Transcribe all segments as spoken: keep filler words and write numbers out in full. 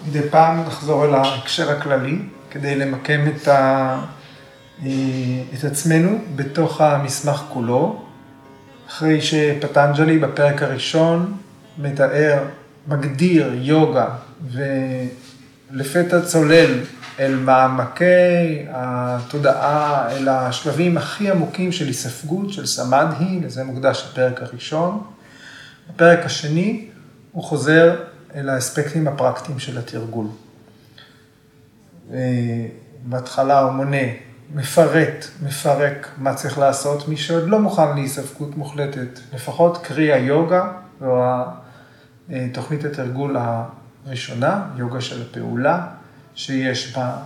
מדי פעם נחזור אל ההקשר הכללי, כדי למקם את, ה... את עצמנו בתוך המסמך כולו, אחרי שפטנג'לי בפרק הראשון מתאר, מגדיר יוגה ולפתע צולל אל מעמקי התודעה, אל השלבים הכי עמוקים של היספגות, של סמדהי, לזה מוקדש הפרק הראשון. בפרק השני הוא חוזר אל האספקטים הפרקטיים של התרגול. בהתחלה הוא מונה, מפרט, מפרק מה צריך לעשות, מי שעוד לא מוכן להיספגות מוחלטת, לפחות קרי היוגה, זו תוכנית התרגול הראשונה, יוגה של הפעולה, שיש בה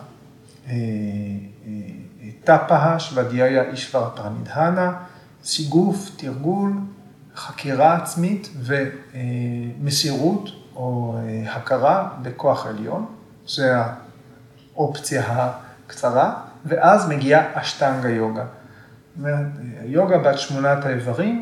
טאפה, שוודיה אישבר פרנידהנה, סיגוף, תרגול, חקירה עצמית ומסירות או הכרה בכוח עליון, זה האופציה הקצרה, ואז מגיעה אשטנגה יוגה. יוגה בת שמונת האיברים,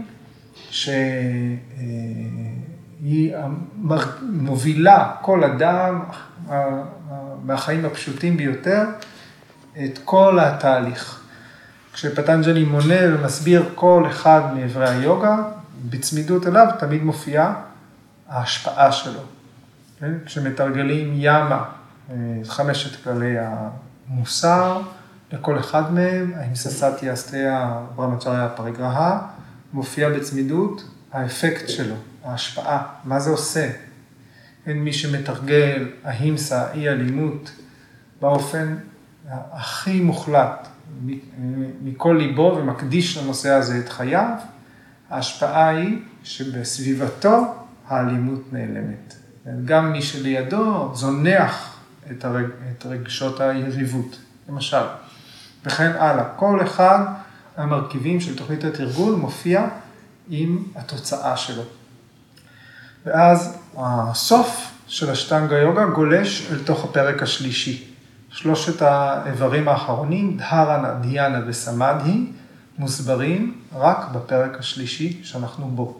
שהיא מובילה כל אדם מהחיים הפשוטים ביותר את כל התהליך. כשפטנג'לי מונה ומסביר כל אחד מאיברי היוגה, בצמידות אליו תמיד מופיעה ההשפעה שלו. כשמתרגלים ימה, חמשת כללי המוסר, לכל אחד מהם, ההמססטיה, אסטיה, ברמצ'ריה, פריגרהה, מופיע בצמידות האפקט שלו, ההשפעה, מה זה עושה. אין מי שמתרגל, ההמסה, אי אלימות, באופן הכי מוחלט, מכל ליבו ומקדיש לנושא הזה את חייו, ההשפעה היא שבסביבתו האלימות נעלמת. גם מי שלידו זונח את, הרג, את רגשות היריבות, למשל. וכן הלאה, כל אחד המרכיבים של תוכנית התרגול מופיע עם התוצאה שלו. ואז הסוף של אשטנגה יוגה גולש אל תוך הפרק השלישי. שלושת האיברים האחרונים, דהרנה, דיאנה וסמדהי, מוסברים רק בפרק השלישי שאנחנו בו.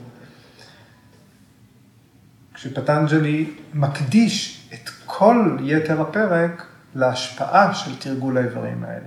כשפטנג'לי מקדיש את כל יתר הפרק להשפעה של תרגול האיברים האלה.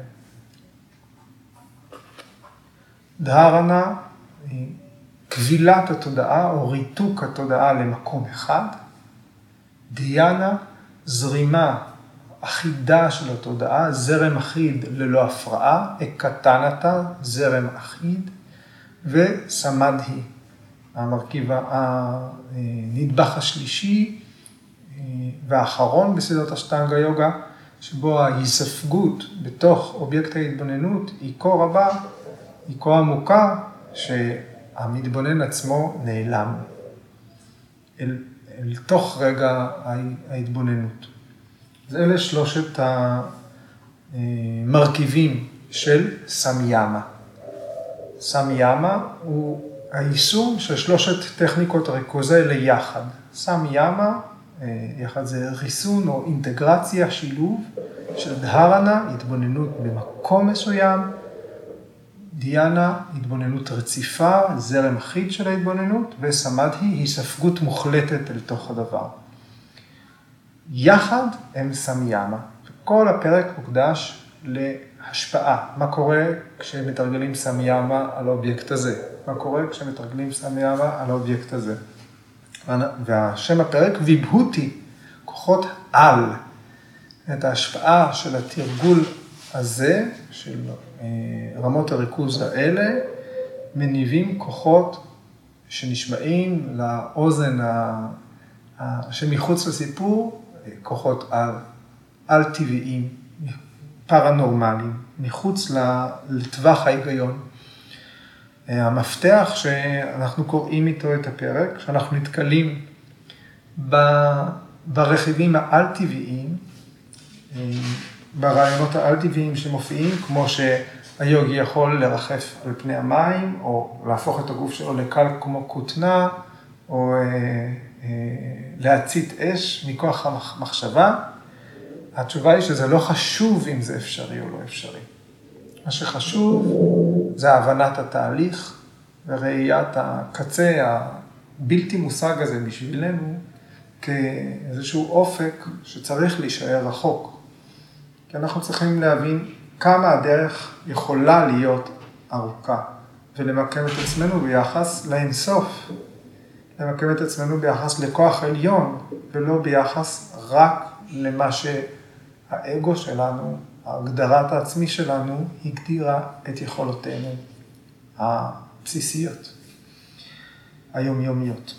דהרנה היא כבילת התודעה או ריתוק התודעה למקום אחד. דיאנה, זרימה אחידה של התודעה, זרם אחיד ללא הפרעה, אקטנתה, זרם אחיד, וסמדהי, המרכיב הנדבך השלישי והאחרון בסדרת אשטנגה יוגה, שבו ההיספגות בתוך אובייקט ההתבוננות היא כה רבה, היא כה עמוקה, שהמתבונן עצמו נעלם אל, אל תוך רגע ההתבוננות. אז אלה שלושת המרכיבים של סמיאמה. סמיאמה הוא היישום של שלושת טכניקות הריכוז האלה יחד. סמיאמה, יחד זה ריסון או אינטגרציה, שילוב של דהרנה, התבוננות במקום מסוים, דיאנה, התבוננות רציפה, זרם אחיד של ההתבוננות, וסמדהי, היספגות מוחלטת אל תוך הדבר. יחד הם סמיאמה, וכל הפרק מוקדש להשפעה. מה קורה כשמתרגלים סמיאמה על האובייקט הזה? מה קורה כשמתרגלים סמיאמה על האובייקט הזה? והשם הפרק, ויבהותי, כוחות על. את ההשפעה של התרגול הזה, של רמות הריכוז האלה, מניבים כוחות שנשמעים לאוזן שמחוץ לסיפור, כוחות על, על טבעיים, פרנורמליים, מחוץ לטווח ההיגיון. המפתח שאנחנו קוראים איתו את הפרק, שאנחנו נתקלים ברכיבים העל-טבעיים, ברעיונות העל-טבעיים שמופיעים, כמו שהיוגי יכול לרחף על פני המים, או להפוך את הגוף שלו לקל כמו כותנה, או להצית אש מכוח המחשבה. התשובה היא שזה לא חשוב אם זה אפשרי או לא אפשרי. מה שחשוב זה הבנת התהליך וראיית הקצה הבלתי מושג הזה בשבילנו, כאיזשהו אופק שצריך להישאר רחוק. כי אנחנו צריכים להבין כמה הדרך יכולה להיות ארוכה, ולמקם את עצמנו ביחס לאינסוף, למקם את עצמנו ביחס לכוח עליון, ולא ביחס רק למה שהאגו שלנו, ההגדרת העצמי שלנו, הגדירה את יכולותינו הבסיסיות, היומיומיות.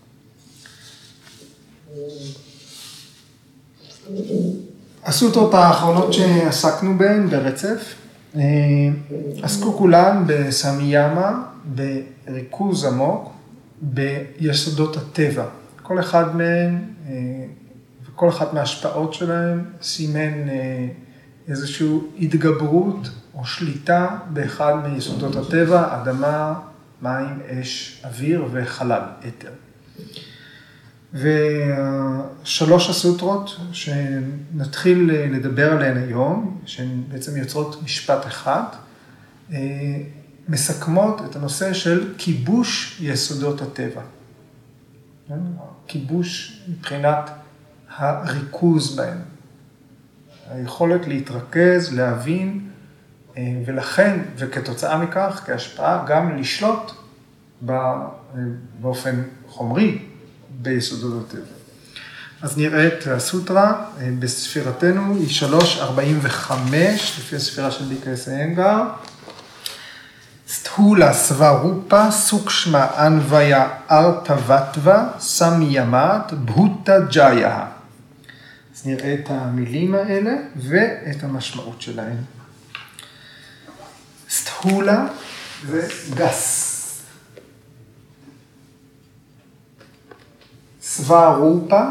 הסוטרות האחרונות שעסקנו בהן ברצף, עסקו כולן בסמיאמה, בריכוז עמוק, ביסודות הטבע. כל אחד מהן, וכל אחת מההשפעות שלהם, סימן איזושהי התגברות או שליטה באחד מיסודות הטבע, אדמה, מים, אש, אוויר וחלל, אתר. ושלוש הסוטרות שנתחיל לדבר עליהן היום, שהן בעצם יוצרות משפט אחד, מסכמות את הנושא של כיבוש יסודות הטבע. כיבוש מבחינת הריכוז בהם. היכולת להתרכז, להבין, ולכן, וכתוצאה מכך, כהשפעה, גם לשלוט באופן חומרי ביסודות הטבע. אז נראה את הסוטרה בספירתנו, היא שלוש ארבעים וחמש, לפי הספירה של דיקאס איינגר. סטהולה סוורופה סוקשמה אנוויה ארטבטווה סמיימת בהוטה ג'איה. אז נראה את המילים האלה ואת המשמעות שלהן. סטהולה זה גס. סווה רופה,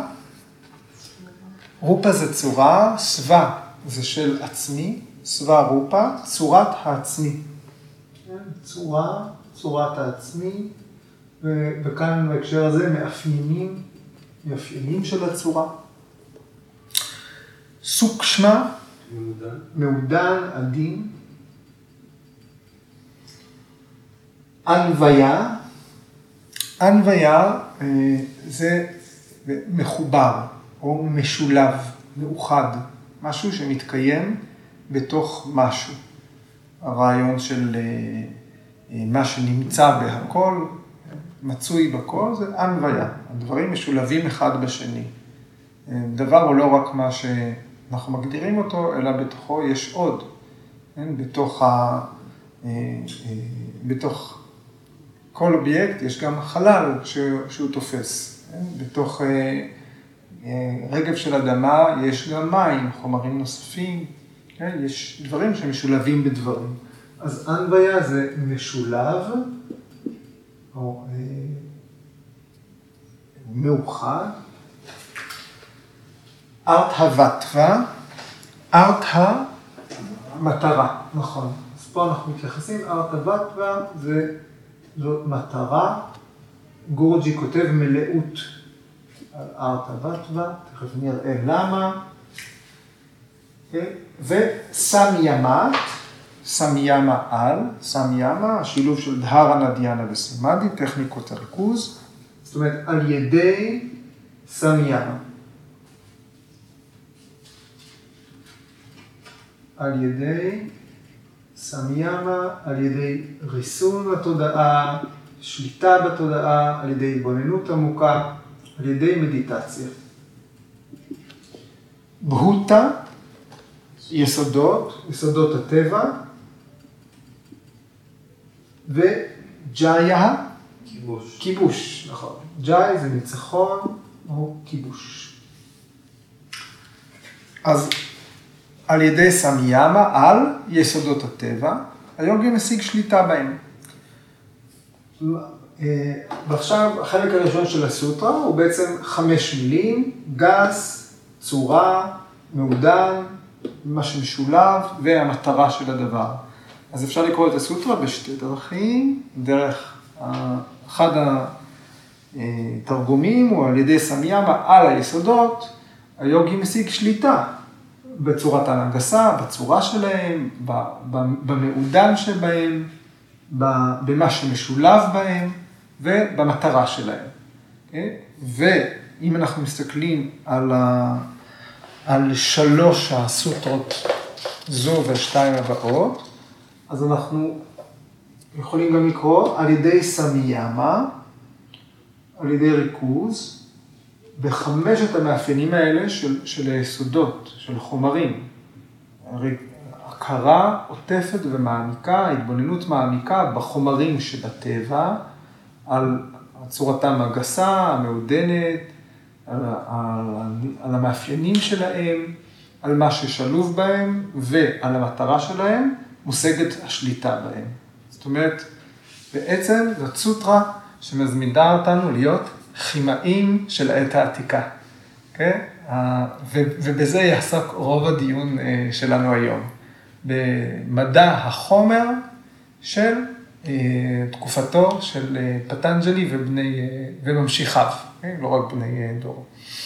רופה זה צורה, סווה זה של עצמי, סווה רופה, צורת העצמי. צורה, צורת העצמי, וכאן בהקשר הזה מאפיינים, מאפיינים של הצורה. סוקשמה, מעודן, מעודן, עדין. אנוויה, אנוויה זה מחובר או משולב, מאוחד, משהו שמתקיים בתוך משהו. הרעיון של מה שנמצא בהכל, מצוי בכל, זה אנוויה. הדברים משולבים אחד בשני. דבר הוא לא רק מה שאנחנו מגדירים אותו, אלא בתוכו יש עוד. בתוך, ה... בתוך כל אובייקט יש גם חלל שהוא תופס. בתוך רגב של אדמה יש גם מים, חומרים נוספים. יש דברים שמשולבים בדברים. אז אנוויה זה משולב, או מאוחד. ארטהבטווה, ארט המטרה, נכון. אז פה אנחנו מתייחסים, ארטהבטווה זה זאת מטרה. גורג'י כותב מלאות על ארטהבטווה, תכף נראה למה. וסמיימת, סמיימה על, סמיימה, השילוב של דהרה, נדיאנה וסימדי, טכניקות הריכוז, זאת אומרת, על ידי סמיימה. על ידי סמיימה, על ידי ריסון התודעה, שליטה בתודעה, על ידי התבוננות עמוקה, על ידי מדיטציה. בהוטה, יסודות, יסודות הטבע, וג'איה, כיבוש. כיבוש, נכון. ג'אי זה ניצחון או כיבוש. אז על ידי סמיימה, על יסודות הטבע, היוגי משיג שליטה בהם. ועכשיו, החלק הראשון של הסוטרה הוא בעצם חמש מילים, גס, צורה, מעודן, מה שמשולב והמטרה של הדבר. אז אפשר לקרוא את הסוטרה בשתי דרכים, דרך אחד התרגומים הוא על ידי סמיימה על היסודות, היוגי משיג שליטה בצורת ההנגסה, בצורה שלהם, במעודן שבהם, במה שמשולב בהם ובמטרה שלהם. אם אנחנו מסתכלים על, ה, על שלוש הסוטרות זו ושתיים הבאות, אז אנחנו יכולים גם לקרוא על ידי סמיאמה, על ידי ריכוז, בחמשת המאפיינים האלה של, של היסודות, של חומרים. הכרה עוטפת ומעמיקה, התבוננות מעמיקה בחומרים שבטבע, על צורתם הגסה, המעודנת, על, על, על המאפיינים שלהם, על מה ששלוב בהם ועל המטרה שלהם, מושגת השליטה בהם. זאת אומרת, בעצם זאת סוטרה שמזמינה אותנו להיות כימאים של העת העתיקה. Okay? ובזה יעסוק רוב הדיון שלנו היום. במדע החומר של תקופתו של פטנג'לי ובני, וממשיכיו, okay? לא רק בני דור.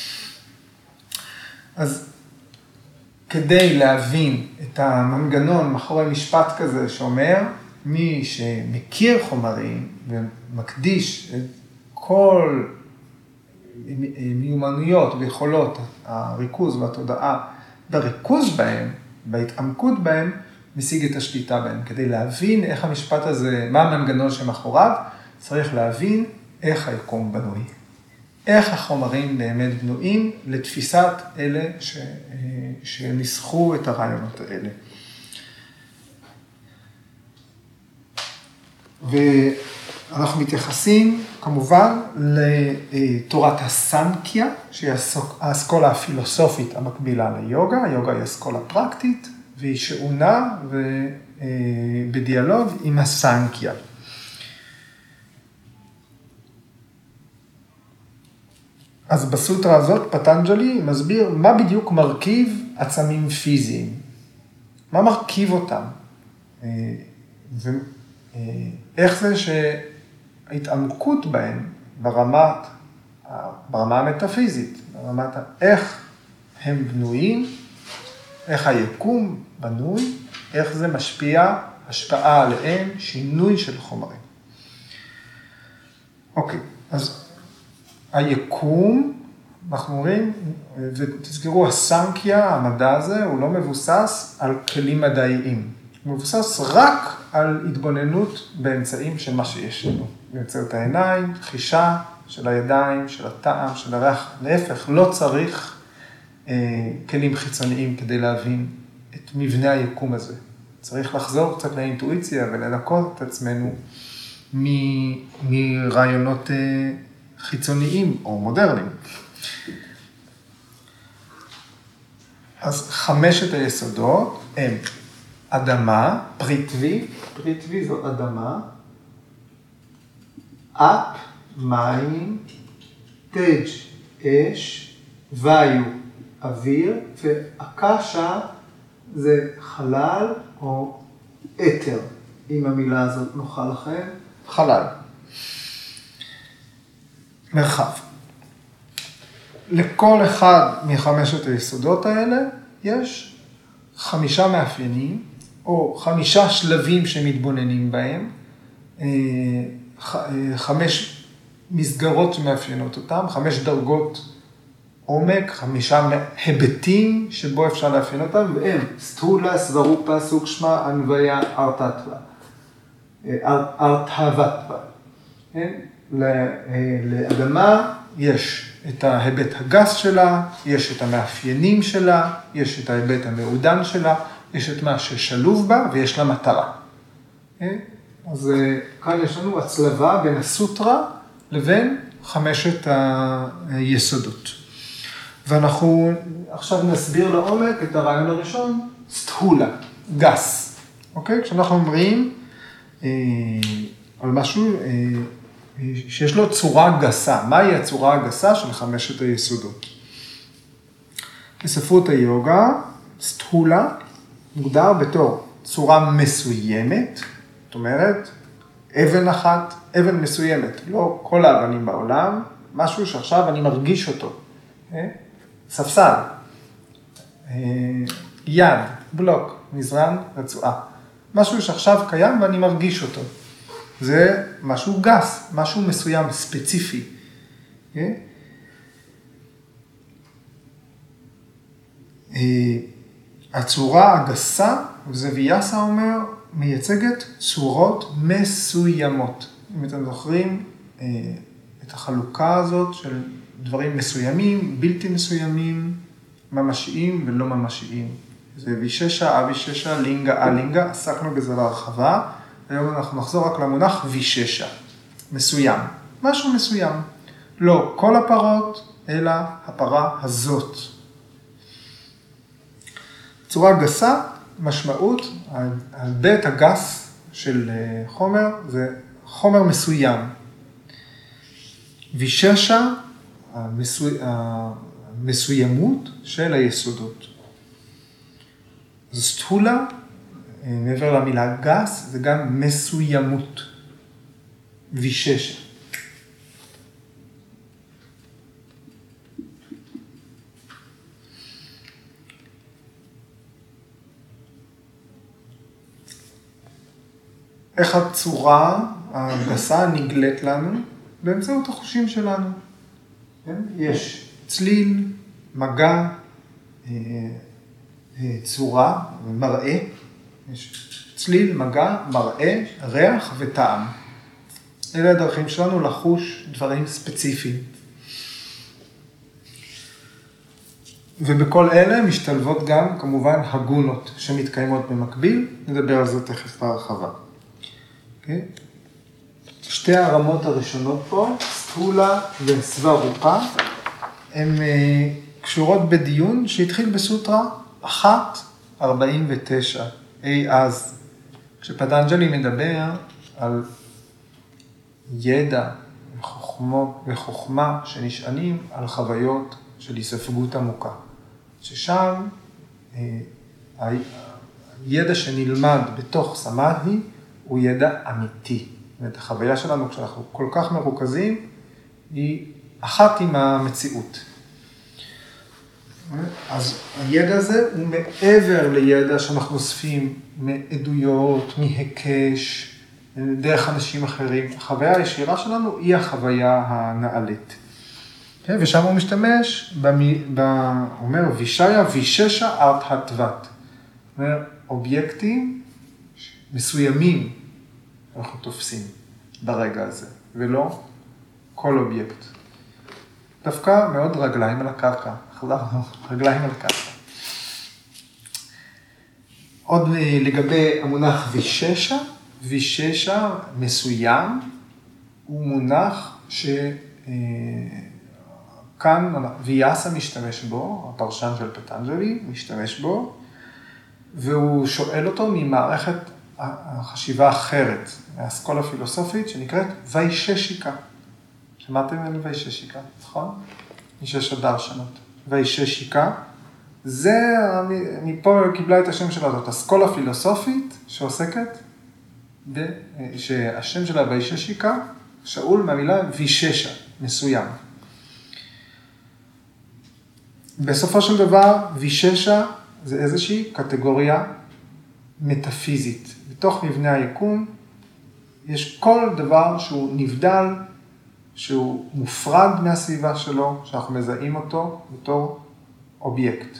אז כדי להבין את המנגנון מאחורי משפט כזה שאומר, מי שמכיר חומרים ומקדיש את כל מיומנויות ויכולות הריכוז והתודעה בריכוז בהם, בהתעמקות בהם, משיג את השליטה בהם. כדי להבין איך המשפט הזה, מה המנגנון שמאחוריו, צריך להבין איך היקום בנוי. איך החומרים באמת בנויים לתפיסת אלה ש... שניסחו את הרעיונות האלה. ואנחנו מתייחסים כמובן לתורת הסנקיה, שהיא האסכולה הפילוסופית המקבילה ליוגה. היוגה היא אסכולה פרקטית, והיא שעונה בדיאלוג עם הסנקיה. אז בסוטרה הזאת פטנג'לי מסביר מה בדיוק מרכיב עצמים פיזיים. מה מרכיב אותם? ואיך זה שההתעמקות בהם ברמת, ברמה המטאפיזית, ברמת איך הם בנויים, איך היקום בנוי, איך זה משפיע, השפעה עליהם, שינוי של חומרים. אוקיי, אז היקום, אנחנו אומרים, ותזכרו, הסנקיה, המדע הזה, הוא לא מבוסס על כלים מדעיים. הוא מבוסס רק על התבוננות באמצעים של מה שיש לנו. באמצעות העיניים, חישה של הידיים, של הטעם, של הריח. להפך, לא צריך אה, כלים חיצוניים כדי להבין את מבנה היקום הזה. צריך לחזור קצת לאינטואיציה ולנקות את עצמנו מ- מרעיונות אה, חיצוניים או מודרניים. אז חמשת היסודות הם אדמה, פריטבי, פריטבי זו אדמה, אפ, מים, תג', אש, ויו, אוויר, ואקשה זה חלל או אתר, אם המילה הזאת נוחה לכם, חלל. מרחב. לכל אחד מחמשת היסודות האלה יש חמישה מאפיינים, או חמישה שלבים שמתבוננים בהם, חמש מסגרות שמאפיינות אותם, חמש דרגות עומק, חמישה היבטים שבו אפשר לאפיין אותם, והם סטולה, סוורופה, סוקשמה, אנוויה, ארתתווה. ארתהוותווה. לאדמה יש את ההיבט הגס שלה, יש את המאפיינים שלה, יש את ההיבט המעודן שלה, יש את מה ששלוב בה ויש לה מטרה. אז כאן יש לנו הצלבה בין הסוטרה לבין חמשת היסודות. ואנחנו עכשיו נסביר לעומק את הרעיון הראשון, סטהולה, גס. אוקיי? כשאנחנו אומרים אה, על משהו אה, שיש לו צורה גסה, מהי הצורה הגסה של חמשת היסודות? בספרות היוגה, סטהולה מוגדר בתור צורה מסוימת, זאת אומרת, אבן אחת, אבן מסוימת, לא כל האבנים בעולם, משהו שעכשיו אני מרגיש אותו. ספסל, יד, בלוק, מזרן, רצועה. משהו שעכשיו קיים ואני מרגיש אותו. זה משהו גס, משהו מסוים, ספציפי. הצורה הגסה, וזה ויאסה אומר, מייצגת צורות מסוימות. אם אתם זוכרים את החלוקה הזאת של דברים מסוימים, בלתי מסוימים, ממשיים ולא ממשיים. זה ויששה, אביששה, לינגה, אלינגה, עסקנו בזה להרחבה, היום אנחנו נחזור רק למונח ויששה, מסוים, משהו מסוים. לא כל הפרות, אלא הפרה הזאת. צורה גסה, משמעות, הבית הגס של חומר, זה חומר מסוים. ויששה, המסוימות של היסודות. זו סטולה, מעבר למילה גס, זה גם מסוימות. ויששה. איך הצורה הגסה נגלית לנו? באמצעות החושים שלנו. יש צליל, מגע, צורה, מראה. יש צליל, מגע, מראה, ריח וטעם. אלה הדרכים שלנו לחוש דברים ספציפיים. ובכל אלה משתלבות גם כמובן הגונות שמתקיימות במקביל. נדבר על זה תכף בהרחבה. Okay. שתי הרמות הראשונות פה, סטולה וסוורופה, הן קשורות בדיון שהתחיל בסוטרה אחת ארבעים ותשע, אי אז, כשפטנג'לי מדבר על ידע וחוכמה, וחוכמה שנשענים על חוויות של הספגות עמוקה, ששם הידע שנלמד בתוך סמאדי, הוא ידע אמיתי. זאת החוויה שלנו, כשאנחנו כל כך מרוכזים, היא אחת עם המציאות. אז הידע הזה הוא מעבר לידע שאנחנו אוספים מעדויות, מהיקש, דרך אנשים אחרים. החוויה הישירה שלנו היא החוויה הנעלית. ושם הוא משתמש, הוא אומר, וישיה, ויששה ארט הטבת. זאת אומרת, אובייקטים, מסוימים אנחנו תופסים ברגע הזה, ולא כל אובייקט. דווקא מאוד רגליים על הקרקע, חזרנו, רגליים על הקרקע. עוד לגבי המונח ויששה, ויששה מסוים, הוא מונח שכאן ויאסה משתמש בו, הפרשן של פטנג'לי משתמש בו, והוא שואל אותו ממערכת החשיבה אחרת, מהאסכולה הפילוסופית שנקראת ויששיקה. שמעתם על ויששיקה, נכון? משש הדרשנות. ויששיקה, זה, מפה קיבלה את השם שלה, זאת אסכולה פילוסופית שעוסקת, ב, שהשם שלה ויששיקה, שאול מהמילה ויששה, מסוים. בסופו של דבר, ויששה זה איזושהי קטגוריה מטאפיזית. בתוך מבנה היקום יש כל דבר שהוא נבדל, שהוא מופרד מהסביבה שלו, שאנחנו מזהים אותו בתור אובייקט.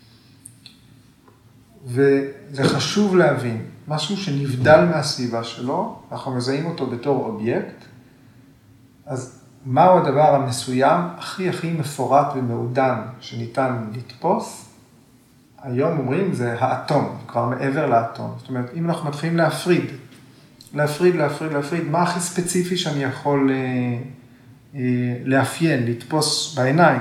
וזה חשוב להבין, משהו שנבדל מהסביבה שלו, אנחנו מזהים אותו בתור אובייקט, אז מהו הדבר המסוים הכי הכי מפורט ומעודן שניתן לתפוס? היום אומרים זה האטום, כבר מעבר לאטום. זאת אומרת, אם אנחנו מתחילים להפריד, להפריד, להפריד, להפריד, מה הכי ספציפי שאני יכול אה, אה, לאפיין, לתפוס בעיניים?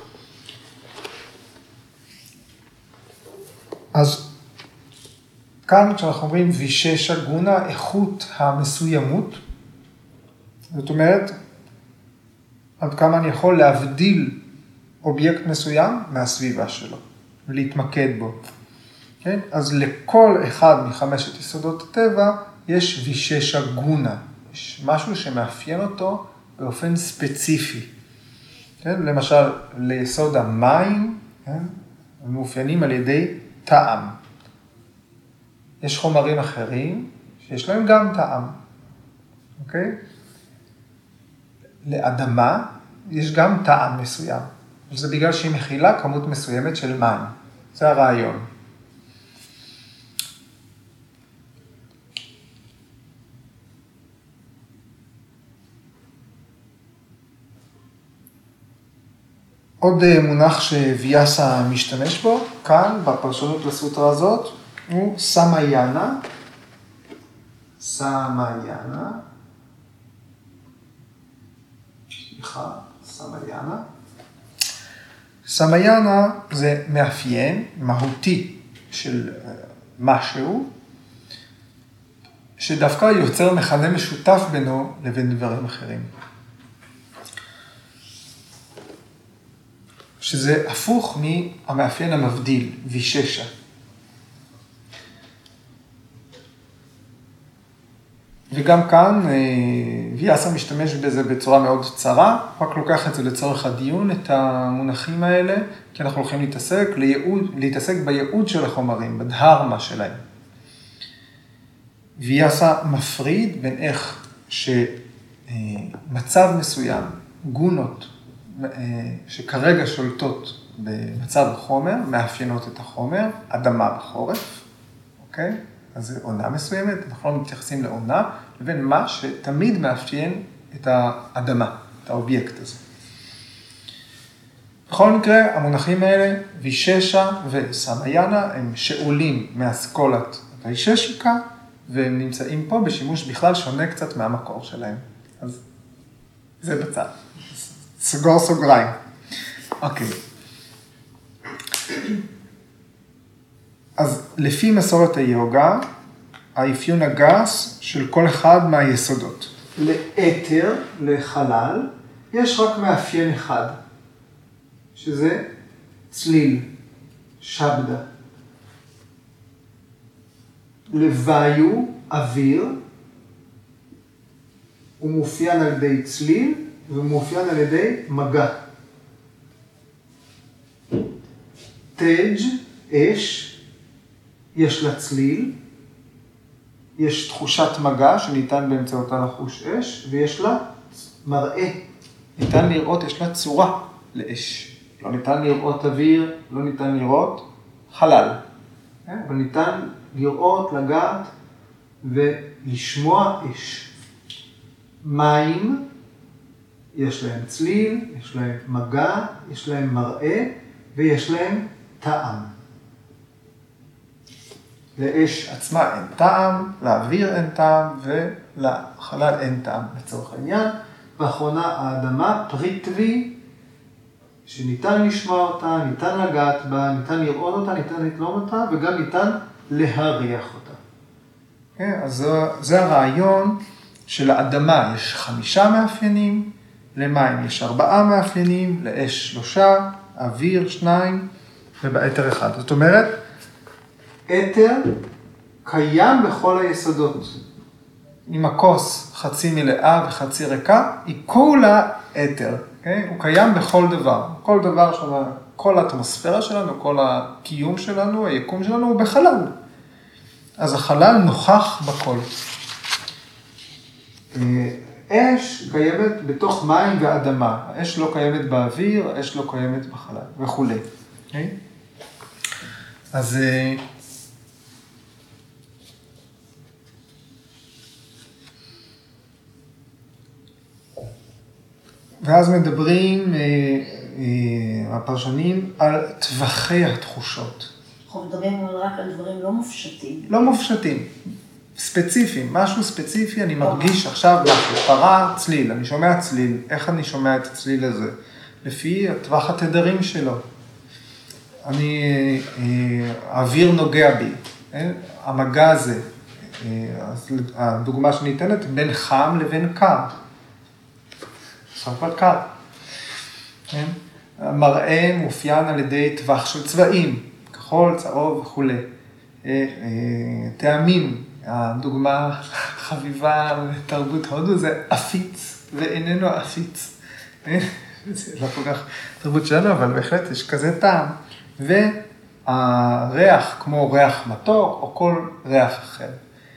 אז כאן כשאנחנו אומרים ויששה גונה, איכות המסוימות, זאת אומרת, עד כמה אני יכול להבדיל אובייקט מסוים מהסביבה שלו. ולהתמקד בו. כן? אז לכל אחד מחמשת יסודות הטבע יש ויששה גונה. יש משהו שמאפיין אותו באופן ספציפי. כן? למשל, ליסוד המים, כן? הם מאופיינים על ידי טעם. יש חומרים אחרים שיש להם גם טעם. אוקיי? לאדמה יש גם טעם מסוים. וזה בגלל שהיא מכילה כמות מסוימת של מים. זה הרעיון. עוד מונח שוויאסה משתמש בו, כאן בפרשנות לסוטרה הזאת, הוא סמיינה. סמיינה. סליחה, סמיינה. סמיינה זה מאפיין מהותי של משהו, שדווקא יוצר מכנה משותף בינו לבין דברים אחרים. שזה הפוך מהמאפיין המבדיל, ויששה. וגם כאן ויאסה משתמש בזה בצורה מאוד קצרה, רק לוקח את זה לצורך הדיון, את המונחים האלה, כי אנחנו הולכים להתעסק, לייעוד, להתעסק בייעוד של החומרים, בדהרמה שלהם. ויאסה מפריד בין איך שמצב מסוים, גונות, שכרגע שולטות במצב החומר, מאפיינות את החומר, אדמה בחורף, אוקיי? אז זה עונה מסוימת, אנחנו לא מתייחסים לעונה, לבין מה שתמיד מאפיין את האדמה, את האובייקט הזה. בכל מקרה, המונחים האלה, ויששה וסמיינה, הם שאולים מאסכולת ויששיקה, והם נמצאים פה בשימוש בכלל שונה קצת מהמקור שלהם. אז זה בצד. סגור סוגריים. אוקיי. אז לפי מסורת היוגה, האפיון הגס של כל אחד מהיסודות. לאתר, לחלל, יש רק מאפיין אחד, שזה צליל, שבדה. לוויו, אוויר, הוא מאופיין על ידי צליל, ומאופיין על ידי מגע. תג', אש, יש לה צליל, יש תחושת מגע שניתן באמצעותה לחוש אש, ויש לה מראה. ניתן לראות, יש לה צורה לאש. לא ניתן לראות אוויר, לא ניתן לראות חלל. אבל ניתן לראות, לגעת ולשמוע אש. מים, יש להם צליל, יש להם מגע, יש להם מראה ויש להם טעם. לאש עצמה אין טעם, לאוויר אין טעם ולחלל אין טעם לצורך העניין. ואחרונה האדמה, פריטבי, שניתן לשמוע אותה, ניתן לגעת בה, ניתן לראות אותה, ניתן לתלום אותה וגם ניתן להריח אותה. כן, אז זה, זה הרעיון של האדמה, יש חמישה מאפיינים, למים יש ארבעה מאפיינים, לאש שלושה, אוויר שניים ובאתר אחד. זאת אומרת, אתר קיים בכל היסודות. אם הכוס חצי מלאה וחצי ריקה, היא כולה אתר. Okay? הוא קיים בכל דבר. כל דבר שלנו, כל האטמוספירה שלנו, כל הקיום שלנו, היקום שלנו הוא בחלל. אז החלל נוכח בכל. אש קיימת בתוך מים ואדמה. האש לא קיימת באוויר, האש לא קיימת בחלל וכו'. Okay? אז ואז מדברים הפרשנים על טווחי התחושות. אנחנו מדברים רק על דברים לא מופשטים. לא מופשטים, ספציפיים, משהו ספציפי, אני מרגיש עכשיו משהו, פרה, צליל, אני שומע צליל, איך אני שומע את הצליל הזה? לפי טווח התדרים שלו. אני, האוויר נוגע בי, המגע הזה, הדוגמה שניתנת בין חם לבין קר. סמכות קר. כן? המראה מאופיין על ידי טווח של צבעים, כחול, צהוב וכו'. טעמים, הדוגמה חביבה בתרבות הודו זה עפיץ ואיננו עפיץ. זה לא כל כך תרבות שלנו, אבל בהחלט יש כזה טעם. והריח כמו ריח מתוק או כל ריח אחר.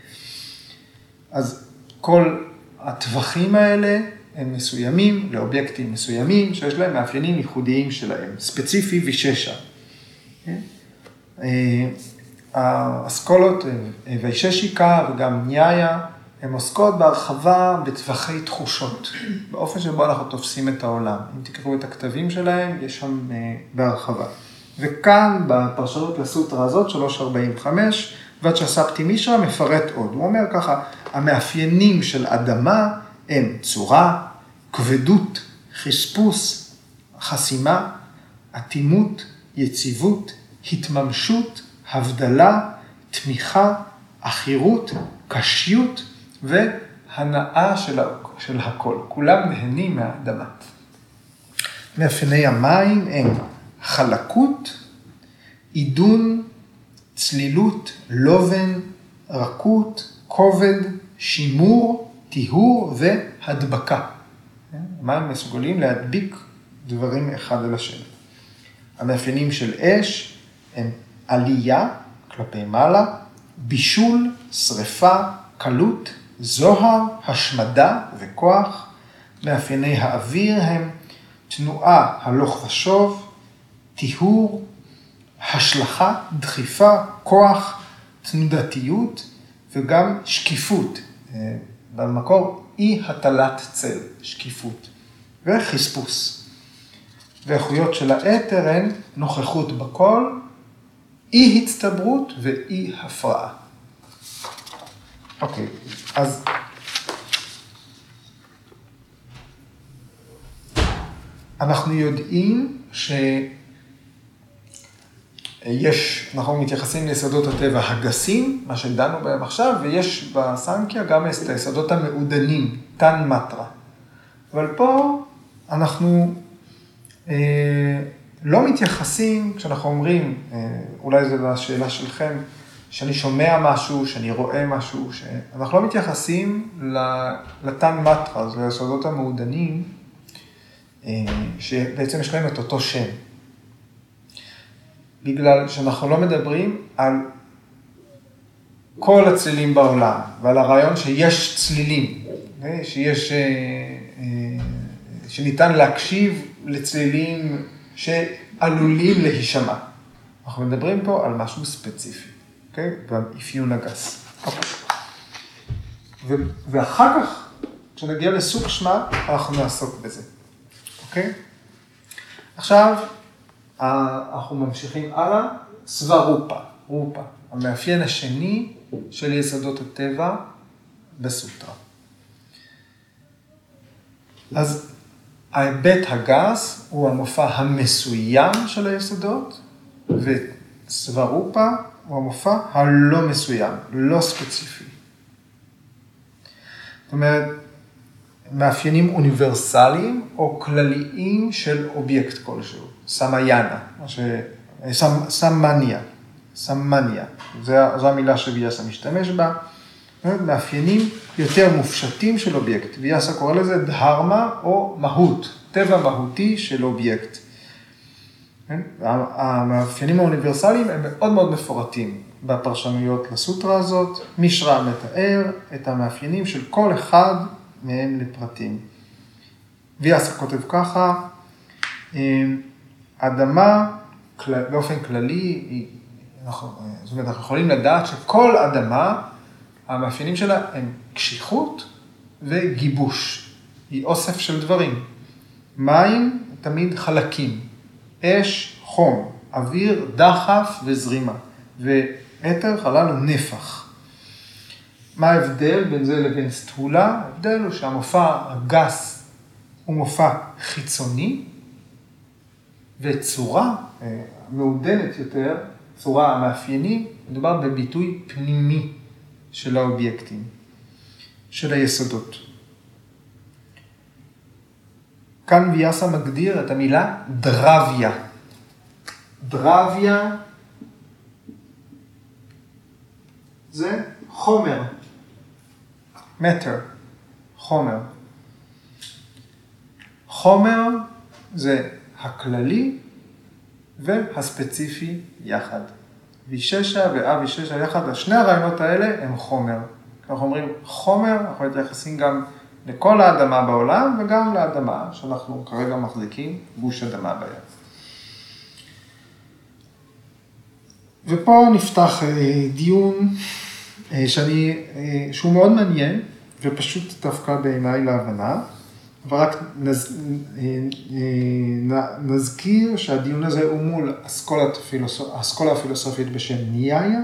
אז כל הטווחים האלה הם מסוימים לאובייקטים מסוימים שיש להם מאפיינים ייחודיים שלהם, ספציפי ויששה. האסכולות ויששיקה וגם ניאיה, הן עוסקות בהרחבה בטווחי תחושות, באופן שבו אנחנו תופסים את העולם. אם תקראו את הכתבים שלהם, יש שם בהרחבה. וכאן, בפרשנות לסוטרה הזאת, שלוש ארבעים וחמש, ואצ'ספטי מישרא מפרט עוד. הוא אומר ככה, המאפיינים של אדמה הם צורה, כבדות, חספוס, חסימה, אטימות, יציבות, התממשות, הבדלה, תמיכה, עכירות, קשיות והנאה של, של הכל. כולם נהנים מהאדמה. מאפייני המים הם חלקות, עידון, צלילות, לובן, רכות, כובד, שימור, טיהור והדבקה. המים מסוגלים להדביק דברים אחד על השני. המאפיינים של אש הם עלייה כלפי מעלה, בישול, שריפה, קלות, זוהר, השמדה וכוח. מאפייני האוויר הם תנועה, הלוך ושוב, טיהור, השלכה, דחיפה, כוח, תנודתיות וגם שקיפות. במקור אי הטלת צל, שקיפות וחספוס. ואיכויות של האתר הן נוכחות בכל, אי הצטברות ואי הפרעה. אוקיי, אז אנחנו יודעים שיש, אנחנו מתייחסים ליסודות הטבע הגסים, מה שדנו בהם עכשיו, ויש בסנקיה גם את היסודות המעודנים, טן מטרה. אבל פה אנחנו אה, לא מתייחסים, כשאנחנו אומרים, אה, אולי זו השאלה שלכם, שאני שומע משהו, שאני רואה משהו, שאנחנו לא מתייחסים לטן מטרה, זה היסודות המעודנים, אה, שבעצם יש להם את אותו שם. בגלל שאנחנו לא מדברים על כל הצלילים בעולם, ועל הרעיון שיש צלילים, שיש, שניתן להקשיב לצלילים שעלולים להישמע. אנחנו מדברים פה על משהו ספציפי, אוקיי? באפיון הגס. ואחר כך, כשנגיע לסוג שמה, אנחנו נעסוק בזה, אוקיי? עכשיו, אנחנו ממשיכים הלאה, סוורופה, רופה, המאפיין השני של יסודות הטבע בסוטרה. אז ההיבט הגס הוא המופע המסוים של היסודות, וסוורופה הוא המופע הלא מסוים, לא ספציפי. זאת אומרת, מאפיינים אוניברסליים או כלליים של אובייקט כלשהו. סמיינה, סמניה, סמניה, זו המילה שוויאסה משתמש בה, מאפיינים יותר מופשטים של אובייקט. ויאסה קורא לזה דהרמה או מהות, טבע מהותי של אובייקט. המאפיינים האוניברסליים הם מאוד מאוד מפורטים בפרשנויות לסוטרה הזאת. מישרא מתאר את המאפיינים של כל אחד מהם לפרטים. ויאסה כותב ככה, אדמה, באופן כללי, אנחנו, זאת אומרת, אנחנו יכולים לדעת שכל אדמה, המאפיינים שלה הם קשיחות וגיבוש. היא אוסף של דברים. מים, תמיד חלקים. אש, חום. אוויר, דחף וזרימה. ואתר, חלל ונפח. מה ההבדל בין זה לבין סטולה? ההבדל הוא שהמופע הגס הוא מופע חיצוני, וצורה מעודנת יותר, צורה המאפיינים, מדובר בביטוי פנימי של האובייקטים, של היסודות. כאן ויאסה מגדיר את המילה דרביה. דרביה זה חומר, מטר, חומר. חומר זה הכללי והספציפי יחד. ויששה ואביששה יחד, שני הרעיונות האלה הם חומר. אנחנו אומרים חומר, אנחנו מתייחסים גם לכל האדמה בעולם וגם לאדמה שאנחנו כרגע מחזיקים גוש אדמה ביד. ופה נפתח דיון שאני, שהוא מאוד מעניין, ופשוט דווקא בעיניי להבנה, אבל רק נז, נזכיר שהדיון הזה הוא מול האסכולה הפילוסופית בשם ניאיה.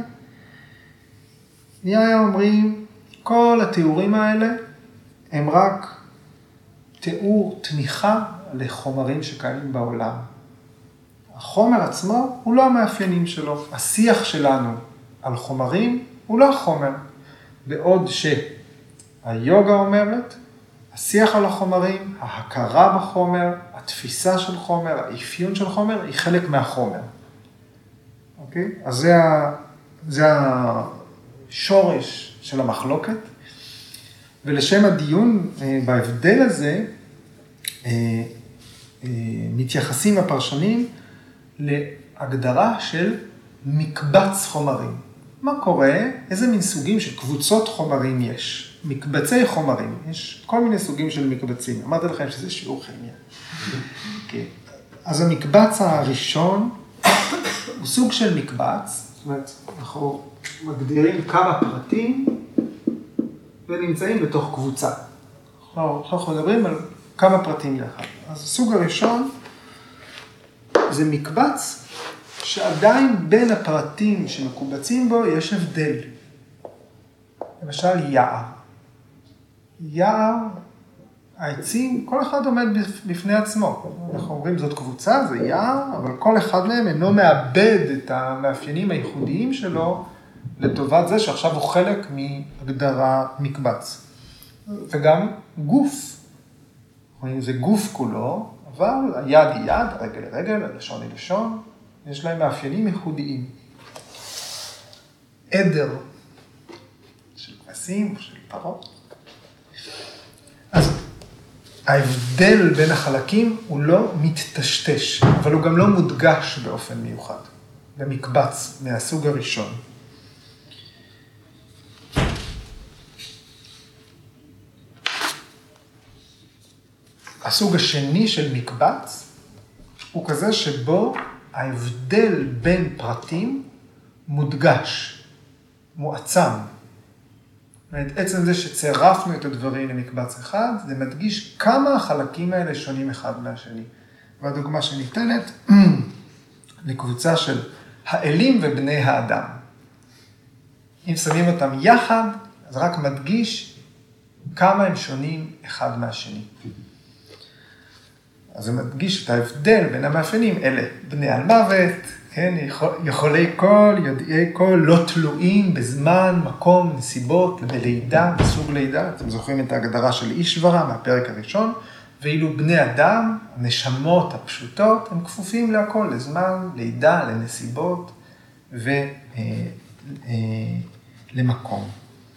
ניאיה אומרים, כל התיאורים האלה הם רק תיאור תמיכה לחומרים שקיימים בעולם. החומר עצמו הוא לא המאפיינים שלו. השיח שלנו על חומרים הוא לא החומר. בעוד שהיוגה אומרת, השיח על החומרים, ההכרה בחומר, התפיסה של חומר, האפיון של חומר, היא חלק מהחומר. אוקיי? אז זה, ה, זה השורש של המחלוקת. ולשם הדיון בהבדל הזה, מתייחסים הפרשנים להגדרה של מקבץ חומרים. מה קורה? איזה מין סוגים של קבוצות חומרים יש? מקבצי חומרים. יש כל מיני סוגים של מקבצים. אמרתי לכם שזה שיעור כימיה. Okay. אז המקבץ הראשון הוא סוג של מקבץ. זאת אומרת, אנחנו מגדירים כמה פרטים ונמצאים בתוך קבוצה. אנחנו מדברים על כמה פרטים יחד. אז הסוג הראשון זה מקבץ שעדיין בין הפרטים שמקובצים בו יש הבדל. למשל יער. יער, העצים, כל אחד עומד בפני עצמו. אנחנו אומרים זאת קבוצה, זה יער, אבל כל אחד מהם אינו מאבד את המאפיינים הייחודיים שלו לטובת זה שעכשיו הוא חלק מהגדרה מקבץ. וגם גוף. זה גוף כולו, אבל היד היא יד, הרגל לרגל, הלשון היא לשון, יש להם מאפיינים ייחודיים. עדר של כבשים, של פרות. אז ההבדל בין החלקים הוא לא מתטשטש, אבל הוא גם לא מודגש באופן מיוחד, במקבץ מהסוג הראשון. הסוג השני של מקבץ הוא כזה שבו ההבדל בין פרטים מודגש, מועצם. זאת אומרת, עצם זה שצירפנו את הדברים למקבץ אחד, זה מדגיש כמה החלקים האלה שונים אחד מהשני. והדוגמה שניתנת לקבוצה של האלים ובני האדם. אם שמים אותם יחד, אז רק מדגיש כמה הם שונים אחד מהשני. אז זה מדגיש את ההבדל בין המאפיינים, אלה בני על מוות, כן, יכולי קול, יודעי קול, לא תלויים בזמן, מקום, נסיבות, בלידה, בסוג לידה. אתם זוכרים את ההגדרה של אישברה מהפרק הראשון, ואילו בני אדם, הנשמות הפשוטות, הם כפופים להכל, לזמן, לידה, לנסיבות ולמקום.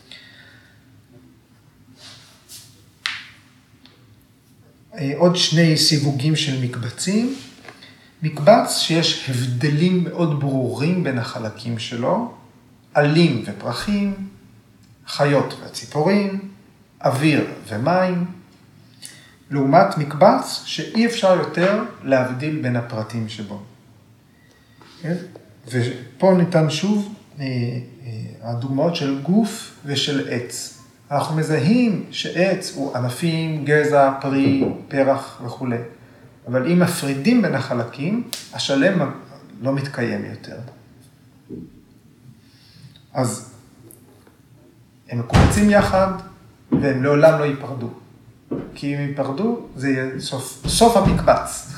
עוד שני סיווגים של מקבצים. מקבץ שיש הבדלים מאוד ברורים בין החלקים שלו, עלים ופרחים, חיות וציפורים, אוויר ומים, לעומת מקבץ שאי אפשר יותר להבדיל בין הפרטים שבו. ופה ניתן שוב הדוגמאות של גוף ושל עץ. אנחנו מזהים שעץ הוא ענפים, גזע, פרי, פרח וכו'. אבל אם מפרידים בין החלקים, השלם לא מתקיים יותר. אז הם מקובצים יחד, והם לעולם לא ייפרדו. כי אם ייפרדו, זה יהיה סוף, סוף המקבץ.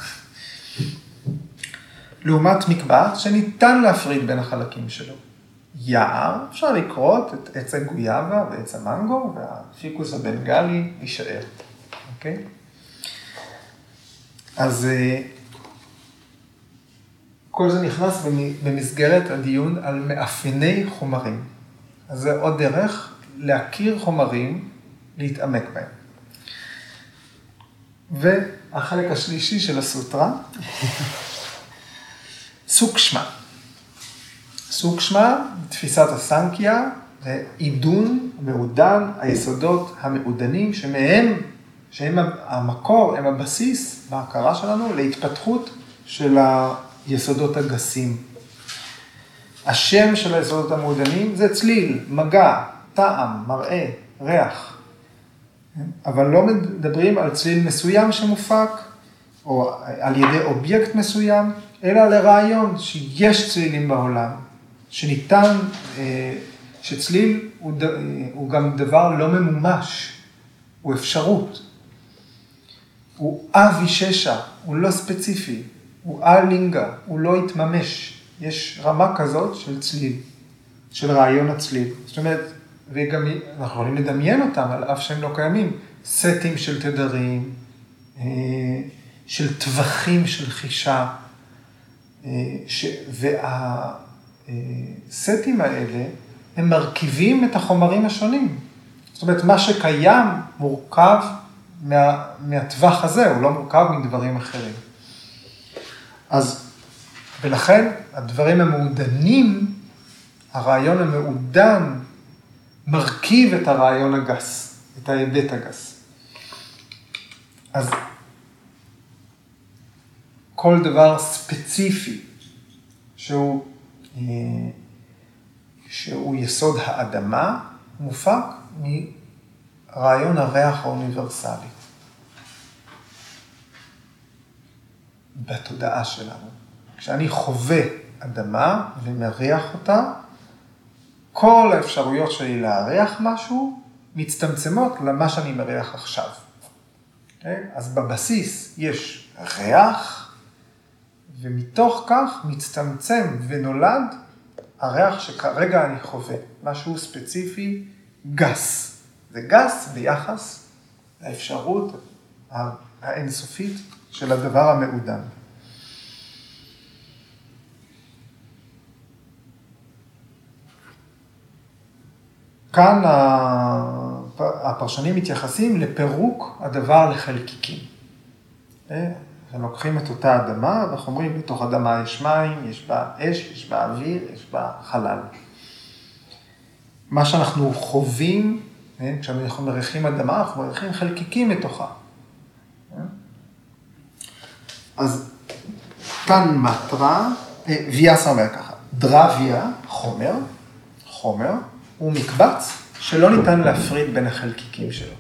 לעומת מקבץ שניתן להפריד בין החלקים שלו. יער, אפשר לקרות את עץ הגויאבה ועץ המנגו, והפיקוס הבנגלי יישאר. אוקיי? אז כל זה נכנס במסגרת הדיון על מאפייני חומרים. אז זה עוד דרך להכיר חומרים, להתעמק בהם. והחלק השלישי של הסוטרה, סוקשמה. סוקשמה, תפיסת הסנקיה, זה עידון, מעודן, היסודות המעודנים, שמהם, שהם המקור, הם הבסיס בהכרה שלנו להתפתחות של היסודות הגסים. השם של היסודות המעודנים זה צליל, מגע, טעם, מראה, ריח. אבל לא מדברים על צליל מסוים שמופק, או על ידי אובייקט מסוים, אלא לרעיון שיש צלילים בעולם, שניתן, שצליל הוא, הוא גם דבר לא ממומש, הוא אפשרות. הוא אביששה, הוא לא ספציפי, הוא אלינגה, הוא לא יתממש. יש רמה כזאת של צליל, של רעיון הצליל. זאת אומרת, וגם אנחנו יכולים לדמיין אותם על אף שהם לא קיימים, סטים של תדרים, של טווחים של חישה, והסטים האלה הם מרכיבים את החומרים השונים. זאת אומרת, מה שקיים מורכב מה, מהטווח הזה, הוא לא מורכב מדברים אחרים. אז, ולכן, הדברים המעודנים, הרעיון המעודן, מרכיב את הרעיון הגס, את ההיבט הגס. אז, כל דבר ספציפי, שהוא, שהוא יסוד האדמה, מופק מרעיון הריח האוניברסלי. בתודעה שלנו. כשאני חווה אדמה ומריח אותה, כל האפשרויות שלי להריח משהו מצטמצמות למה שאני מריח עכשיו. Okay? אז בבסיס יש ריח, ומתוך כך מצטמצם ונולד הריח שכרגע אני חווה, משהו ספציפי גס. זה גס ביחס לאפשרות האינסופית של הדבר המעודן. כאן הפרשנים מתייחסים לפירוק הדבר לחלקיקים. הם לוקחים את אותה אדמה, ואנחנו אומרים, בתוך אדמה יש מים, יש בה אש, יש בה אוויר, יש בה חלל. מה שאנחנו חווים, כשאנחנו מריחים אדמה, אנחנו מריחים חלקיקים מתוכה. אז כאן מטרה, ויאסה אומר ככה, דרביה, חומר, חומר, הוא מקבץ שלא ניתן להפריד בין החלקיקים שלו.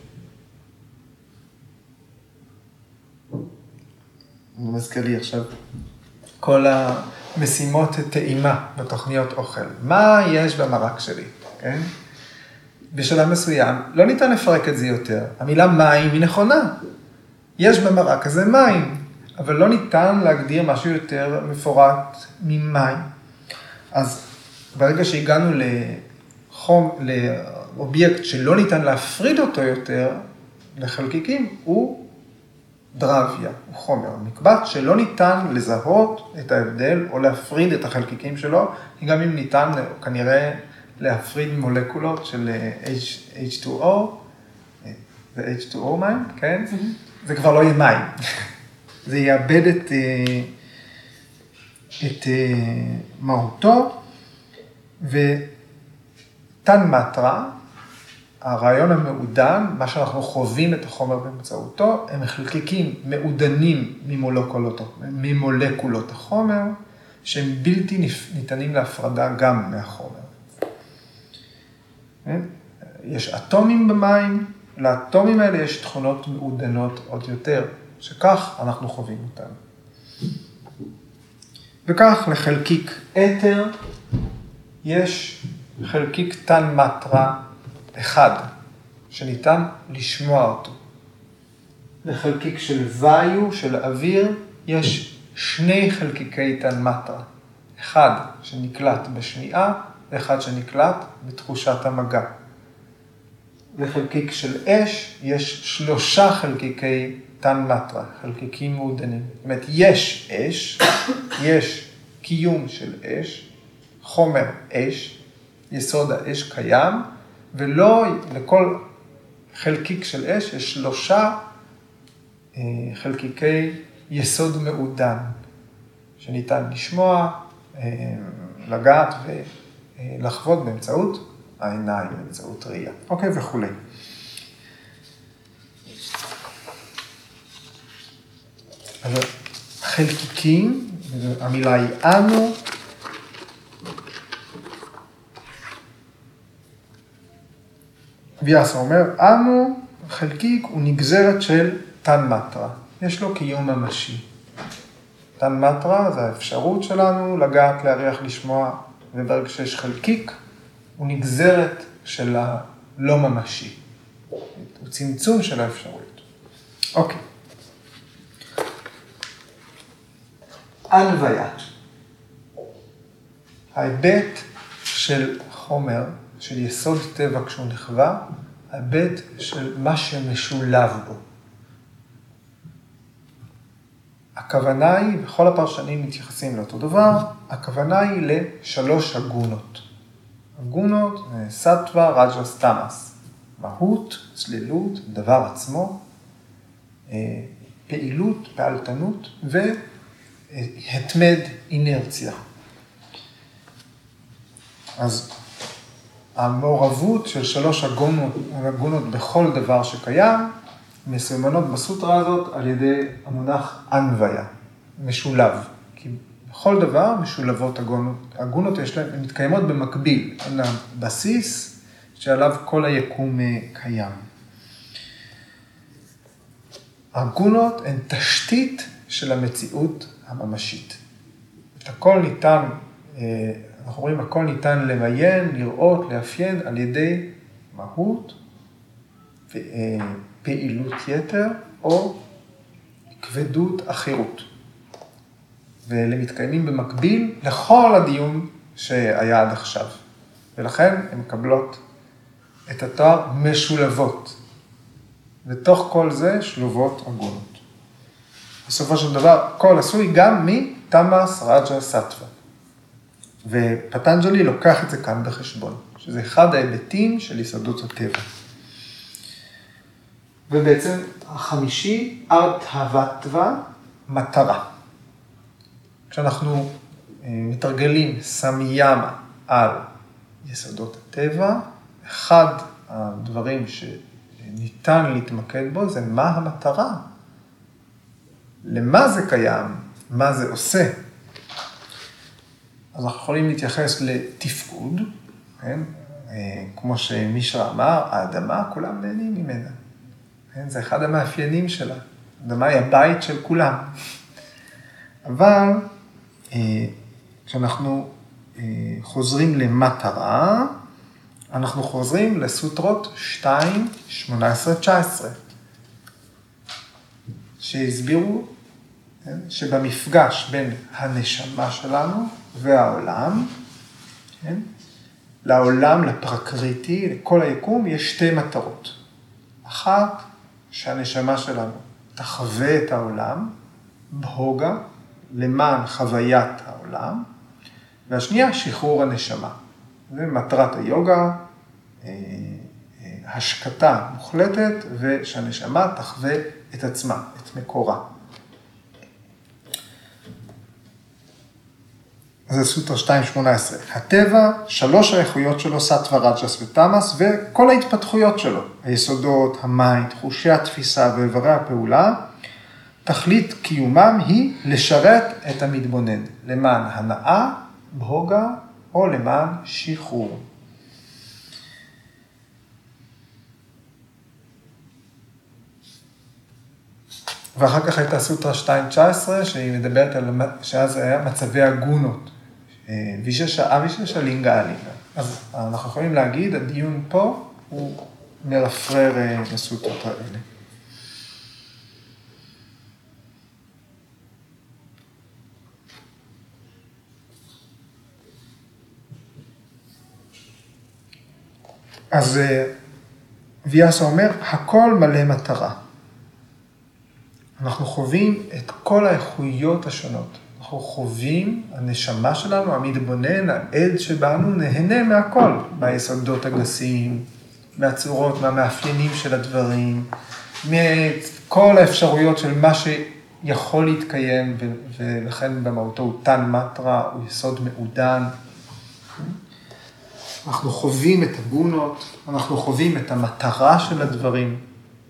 אני מזכיר לי עכשיו כל המשימות טעימה בתוכניות אוכל. מה יש במרק שלי, כן? בשלב מסוים לא ניתן לפרק את זה יותר. המילה מים היא נכונה. יש במרק הזה מים, אבל לא ניתן להגדיר משהו יותר מפורט ממים. אז ברגע שהגענו לחום, לאובייקט שלא ניתן להפריד אותו יותר לחלקיקים, הוא דרביה, הוא חומר, מקבץ שלא ניתן לזהות את ההבדל או להפריד את החלקיקים שלו, גם אם ניתן כנראה להפריד מולקולות של אייץ' טו או, ו-אייץ' טו או מים, כן? זה כבר לא יהיה מים. זה יאבד את, את מהותו, ותן מטרה, הרעיון המעודן, מה שאנחנו חווים את החומר באמצעותו, הם חלקיקים מעודנים ממולקולות, ממולקולות החומר, שהם בלתי ניתנים להפרדה גם מהחומר. יש אטומים במים, לאטומים האלה יש תכונות מעודנות עוד יותר, שכך אנחנו חווים אותם. וכך לחלקיק אתר, יש חלקיק תן מטרה, אחד, שניתן לשמוע אותו. לחלקיק של ויו, של אוויר, יש שני חלקיקי תן מטרה. אחד שנקלט בשמיעה, ואחד שנקלט בתחושת המגע. לחלקיק של אש, יש שלושה חלקיקי תן מטרה, חלקיקים מעודנים. זאת אומרת, יש אש, יש קיום של אש, חומר אש, יסוד האש קיים, ולא לכל חלקיק של אש יש שלושה חלקיקי יסוד מעודן, שניתן לשמוע, לגעת ולחוות באמצעות העיניים, באמצעות ראייה. אוקיי, וכו'. אז חלקיקים, המילה היא אנו, ויאסה אומר, אנו חלקיק הוא נגזרת של תן מטרה. יש לו קיום ממשי. תן מטרה זה האפשרות שלנו לגעת, להריח, לשמוע, וברגע שיש חלקיק, הוא נגזרת של הלא ממשי. הוא צמצום של האפשרויות. אוקיי. אנוויה. ההיבט של חומר, של יסוד טבע כשהוא נכווה, ההיבט של מה שמשולב בו. הכוונה היא, בכל הפרשנים מתייחסים לאותו דבר, הכוונה היא לשלוש הגונות. הגונות, סטווה, רג'ס, תמאס. מהות, צלילות, דבר עצמו, פעילות, פעלתנות והתמד אינרציה. אז המעורבות של שלוש הגונות, הגונות בכל דבר שקיים, מסומנות בסוטרה הזאת על ידי המונח אנוויה, משולב. כי בכל דבר משולבות הגונות. הגונות יש להן, הן מתקיימות במקביל, הן הבסיס שעליו כל היקום קיים. הגונות הן תשתית של המציאות הממשית. את הכל ניתן, אנחנו אומרים, הכל ניתן למיין, לראות, לאפיין על ידי מהות, פעילות יתר או כבדות אחרות. ואלה מתקיימים במקביל לכל הדיון שהיה עד עכשיו. ולכן הן מקבלות את התואר משולבות. ותוך כל זה שלובות הגונות. בסופו של דבר, כל עשוי גם מתמאס, רג'ה, סטווה. ופטנג'לי לוקח את זה כאן בחשבון, שזה אחד ההיבטים של יסודות הטבע. ובעצם החמישי, ארתהוותווה, מטרה. כשאנחנו מתרגלים סמיימה על יסודות הטבע, אחד הדברים שניתן להתמקד בו זה מה המטרה. למה זה קיים, מה זה עושה. אז אנחנו יכולים להתייחס לתפקוד, כן? כמו שמישרא אמר, האדמה, כולם נהנים ממנה. כן? זה אחד המאפיינים שלה. האדמה היא הבית של כולם. אבל כשאנחנו חוזרים למטרה, אנחנו חוזרים לסוטרות שתיים, שמונה עשרה, תשע עשרה, שהסבירו שבמפגש בין הנשמה שלנו והעולם, כן? לעולם, לפרקריטי, לכל היקום, יש שתי מטרות. אחת, שהנשמה שלנו תחווה את העולם, בהוגה, למען חוויית העולם, והשנייה, שחרור הנשמה. זה מטרת היוגה, השקטה מוחלטת, ושהנשמה תחווה את עצמה, את מקורה. זה סוטרה שתיים שמונה עשרה. הטבע, שלוש האיכויות שלו, סטווה, רג'ס ותמאס, וכל ההתפתחויות שלו, היסודות, המים, תחושי התפיסה ואיברי הפעולה, תכלית קיומם היא לשרת את המתבונן, למען הנאה, בהוגה, או למען שחרור. ואחר כך הייתה סוטרה שתיים תשע עשרה, שהיא מדברת על, שאז היה מצבי הגונות, ויששה אביששה לינגה אלינגה. אז אנחנו יכולים להגיד, הדיון פה הוא מרפרר לסוטרות האלה. אז ויאסה אומר, הכל מלא מטרה. אנחנו חווים את כל האיכויות השונות. אנחנו חווים, הנשמה שלנו, המתבונן, העד שבנו, נהנה מהכל. מהיסודות הגסים, מהצורות, מהמאפיינים של הדברים, מכל האפשרויות של מה שיכול להתקיים, ולכן במהותו הוא תן מטרה, הוא יסוד מעודן. אנחנו חווים את הגונות, אנחנו חווים את המטרה של הדברים.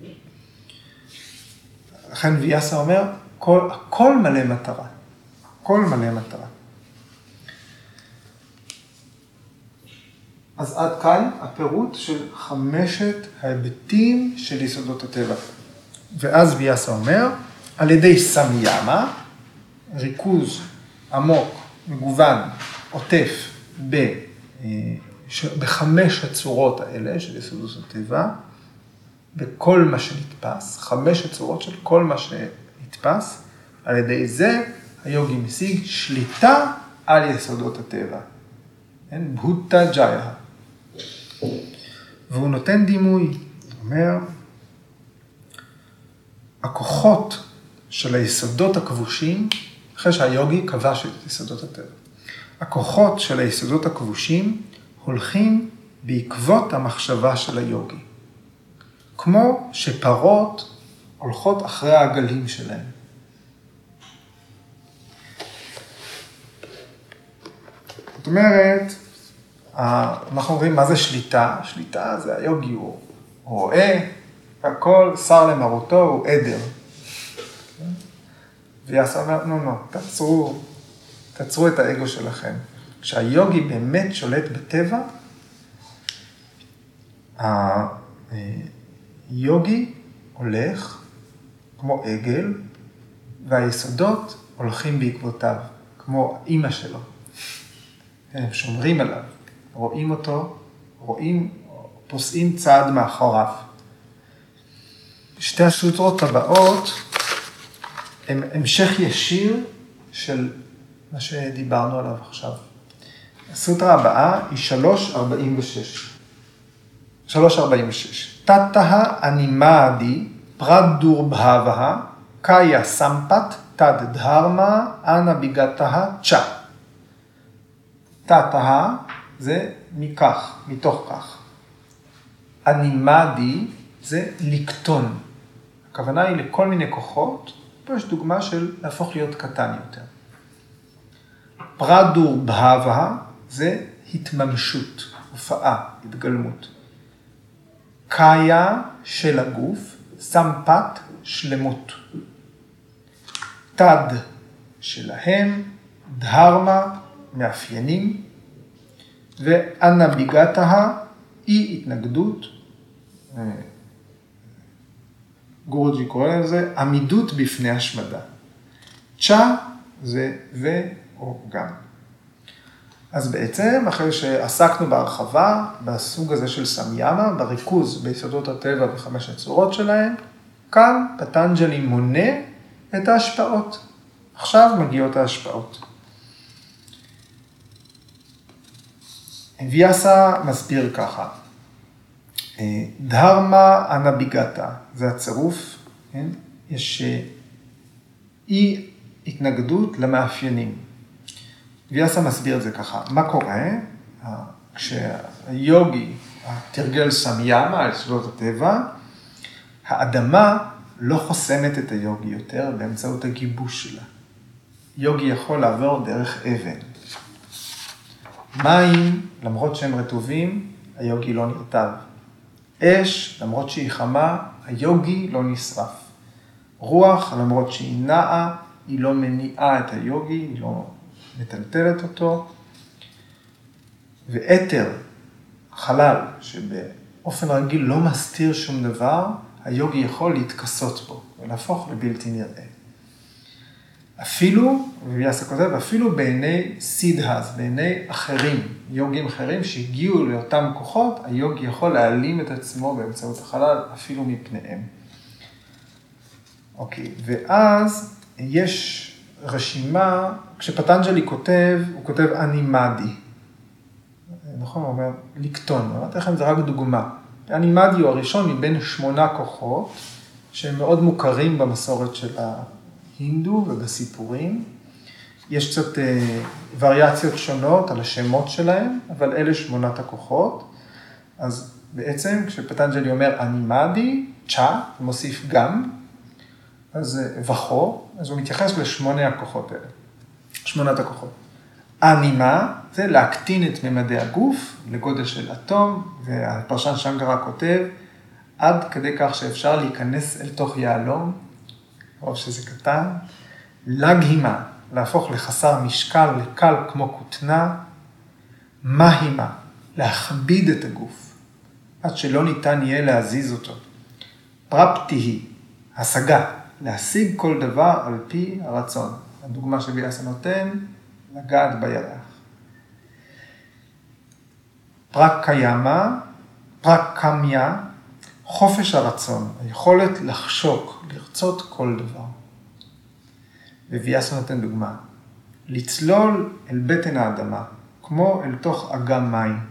לכן ויאסה אומר, כל, הכל מלא מטרה. הכל מלא מטרה. אז עד כאן הפירוט של חמשת ההיבטים של יסודות הטבע. ואז ויאסה אומר, על ידי סמיאמה, ריכוז עמוק, מגוון, עוטף ב, בחמש הצורות האלה של יסודות הטבע, בכל מה שנתפס, חמש הצורות של כל מה שנתפס, על ידי זה היוגי משיג שליטה על יסודות הטבע. בהוטה ג'איה. והוא נותן דימוי, הוא אומר, הכוחות של היסודות הכבושים, אחרי שהיוגי כבש את יסודות הטבע, הכוחות של היסודות הכבושים הולכים בעקבות המחשבה של היוגי. כמו שפרות הולכות אחרי העגלים שלהם. זאת אומרת, אנחנו אומרים מה זה שליטה? שליטה זה היוגי, הוא רואה, והכל שר למרותו, הוא עדר. ויאסה אומר, לא, לא, תעצרו, תעצרו את האגו שלכם. כשהיוגי באמת שולט בטבע, היוגי הולך כמו עגל, והיסודות הולכים בעקבותיו, כמו אמא שלו. הם שומרים עליו, רואים אותו, רואים, פוסעים צעד מאחוריו. שתי הסוטרות הבאות הם המשך ישיר של מה שדיברנו עליו עכשיו. הסוטרה הבאה היא שלוש ארבעים ושש. שלוש ארבעים ושש. תתאה אנימאדי פרדור בהבה קאיה סמפת תד דהרמה אנה ביגתה צ'ה. תתאה זה מכך, מתוך כך. אנימאדי זה לקטון. הכוונה היא לכל מיני כוחות, פה יש דוגמה של להפוך להיות קטן יותר. פרדור בהבה זה התממשות, הופעה, התגלמות. קאיה של הגוף, סמפת שלמות. תד שלהם, דהרמה, מאפיינים, ואנה ביגתה היא התנגדות, גורג'י קורא לזה, עמידות בפני השמדה. צ'ה זה ו או גם. אז בעצם, אחרי שעסקנו בהרחבה, בסוג הזה של סמיאמה, בריכוז ביסודות הטבע וחמש הצורות שלהם, כאן פטנג'לי מונה את ההשפעות. עכשיו מגיעות ההשפעות. ויאסה מסביר ככה. דהרמה אנביגתה, זה הצירוף, כן? יש אי התנגדות למאפיינים. ויאסה מסביר את זה ככה. מה קורה? כשהיוגי תרגל סמיאמה על יסודות הטבע, האדמה לא חוסמת את היוגי יותר באמצעות הגיבוש שלה. יוגי יכול לעבור דרך אבן. מים, למרות שהם רטובים, היוגי לא נרטב. אש, למרות שהיא חמה, היוגי לא נשרף. רוח, למרות שהיא נעה, היא לא מניעה את היוגי, היא לא מטלטלת אותו. ואתר, חלל, שבאופן רגיל לא מסתיר שום דבר, היוגי יכול להתכסות בו ולהפוך לבלתי נראה. אפילו, ויאסה כותב, אפילו בעיני סידהאז, בעיני אחרים, יוגים אחרים שהגיעו לאותם כוחות, היוגי יכול להעלים את עצמו באמצעות החלל, אפילו מפניהם. אוקיי, ואז יש רשימה, כשפטנג'לי כותב, הוא כותב אנימאדי. נכון, הוא אומר, לקטון, אמרתי לכם, זה רק דוגמה. אנימאדי הוא הראשון מבין שמונה כוחות, שהם מאוד מוכרים במסורת של ההינדו ובסיפורים. יש קצת אה, וריאציות שונות על השמות שלהם, אבל אלה שמונת הכוחות. אז בעצם, כשפטנג'לי אומר אנימאדי, צ'ה, הוא מוסיף גם, אז וכו, אז הוא מתייחס לשמונה הכוחות האלה, שמונת הכוחות. אנימה, זה להקטין את ממדי הגוף, לגודל של אטום, והפרשן שנקרה כותב, עד כדי כך שאפשר להיכנס אל תוך יהלום, או שזה קטן, לגהימה, להפוך לחסר משקל, לקל כמו כותנה, מהימה, להכביד את הגוף, עד שלא ניתן יהיה להזיז אותו. פרפטי היא, השגה, להשיג כל דבר על פי הרצון. הדוגמה שביאסה נותן, לגעת בירח. פרק קיימה, פרק קמיה, חופש הרצון, היכולת לחשוק, לרצות כל דבר. וביאסה נותן דוגמה, לצלול אל בטן האדמה, כמו אל תוך אגם מים.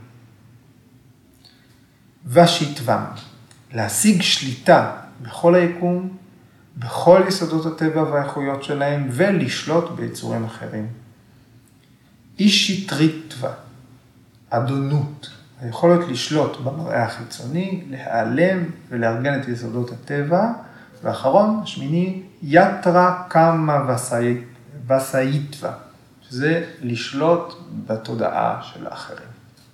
ושיטבם, להשיג שליטה בכל היקום, בכל יסודות הטבע והאיכויות שלהם, ולשלוט ביצורים אחרים. אישיטריטווה, אדונות, היכולת לשלוט במראה החיצוני, להיעלם ולארגן את יסודות הטבע, ואחרון, שמיני, יתרה קמה וסאיטווה, שזה לשלוט בתודעה של האחרים.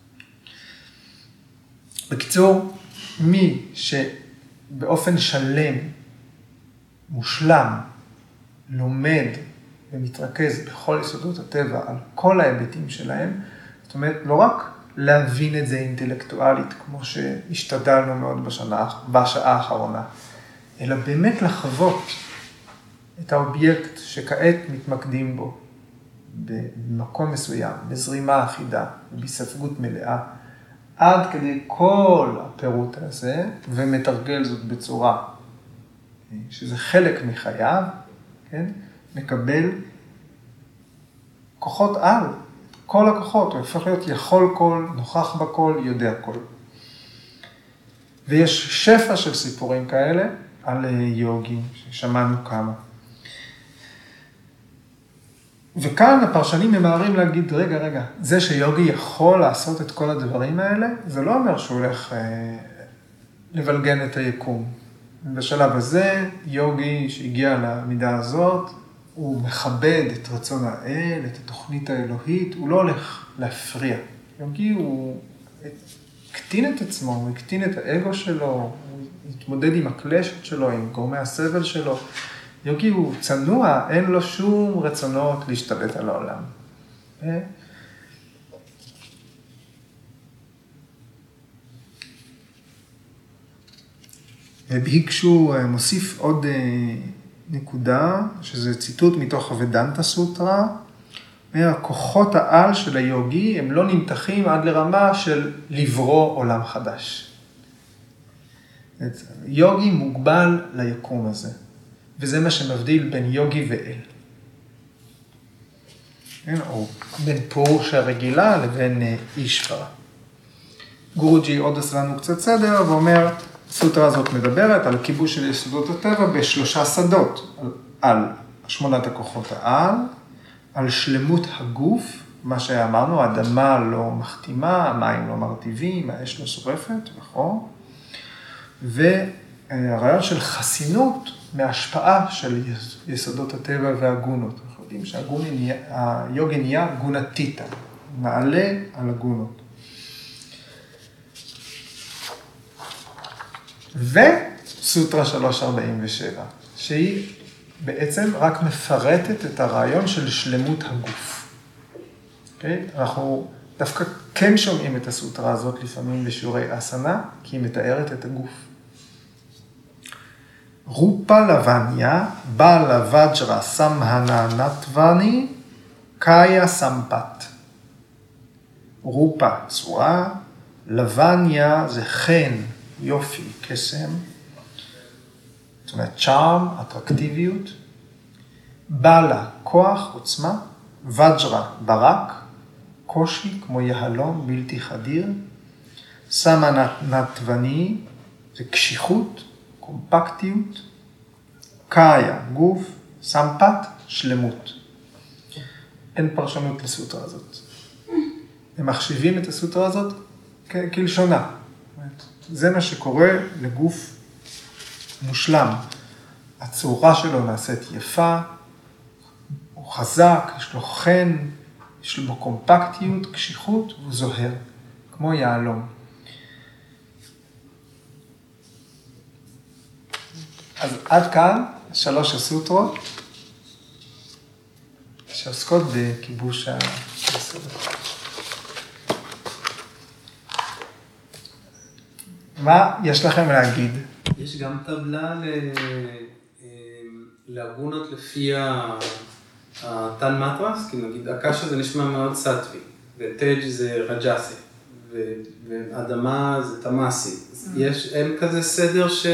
בקיצור, מי שבאופן שלם, מושלם, לומד ומתרכז בכל יסודות הטבע על כל ההיבטים שלהם, זאת אומרת, לא רק להבין את זה אינטלקטואלית, כמו שהשתדלנו מאוד בשנה, בשעה האחרונה, אלא באמת לחוות את האובייקט שכעת מתמקדים בו, במקום מסוים, בזרימה אחידה, בהיספגות מלאה, עד כדי כל הפירוט הזה, ומתרגל זאת בצורה, שזה חלק מחייו, כן? מקבל כוחות על, כל הכוחות, הוא הופך להיות יכול כל, נוכח בכל, יודע כל. ויש שפע של סיפורים כאלה על יוגים, ששמענו כמה. וכאן הפרשנים ממהרים להגיד, רגע, רגע, זה שיוגי יכול לעשות את כל הדברים האלה, זה לא אומר שהוא הולך אה, לבלגן את היקום. בשלב הזה, יוגי שהגיע למידה הזאת, הוא מכבד את רצון האל, את התוכנית האלוהית, הוא לא הולך להפריע. יוגי הוא הקטין את עצמו, הוא הקטין את האגו שלו, הוא התמודד עם הקלשת שלו, עם גורמי הסבל שלו. יוגי הוא צנוע, אין לו שום רצונות להשתלט על העולם. וביקשו מוסיף עוד נקודה, שזה ציטוט מתוך הוודנטה סוטרה, כוחות העל של היוגי הם לא נמתחים עד לרמה של לברוא עולם חדש. יוגי מוגבל ליקום הזה, וזה מה שמבדיל בין יוגי ואל. או בין פורושה רגילה לבין אישברה. גורוג'י עוד עשה לנו קצת סדר ואומר, הסוטרה הזאת מדברת על הכיבוש של יסודות הטבע בשלושה שדות, על, על שמונת הכוחות העל, על שלמות הגוף, מה שאמרנו, האדמה לא מחתימה, המים לא מרטיבים, האש לא שורפת, נכון? והרעיון של חסינות מההשפעה של יסודות הטבע והגונות. אנחנו יודעים שהיוגי נהיה גונתיתא, מעלה על הגונות. וסוטרה שלוש ארבעים ושבע, שהיא בעצם רק מפרטת את הרעיון של שלמות הגוף. Okay? אנחנו דווקא כן שומעים את הסוטרה הזאת לפעמים בשיעורי אסנה, כי היא מתארת את הגוף. רופה לבניה, בלה וג'רה סמהנה נטווני, קאיה סמפת. רופה צורה, לבניה זה חן, יופי, קסם, זאת אומרת, צ'ארם, אטרקטיביות, בלה, כוח, עוצמה, וג'רה, ברק, קושי, כמו יהלום, בלתי חדיר, סמה נטווני, זה קשיחות, קומפקטיות, קאיה, גוף, סמפת, שלמות. אין פרשנות לסוטרה הזאת. הם מחשיבים את הסוטרה הזאת כלשונה. זה מה שקורה לגוף מושלם. הצורה שלו נעשית יפה, הוא חזק, יש לו חן, יש לו קומפקטיות, קשיחות, והוא זוהר, כמו יהלום. אז עד כאן שלוש הסוטרות שעוסקות בכיבוש היסודות. מה יש לכם להגיד? יש גם טבלה לאגונות לפי התן מטרס, כי נגיד הקשה זה נשמע מאוד סטווי, וטג' זה רג'סי, ואדמה זה תמאסי. יש, אין כזה סדר ש...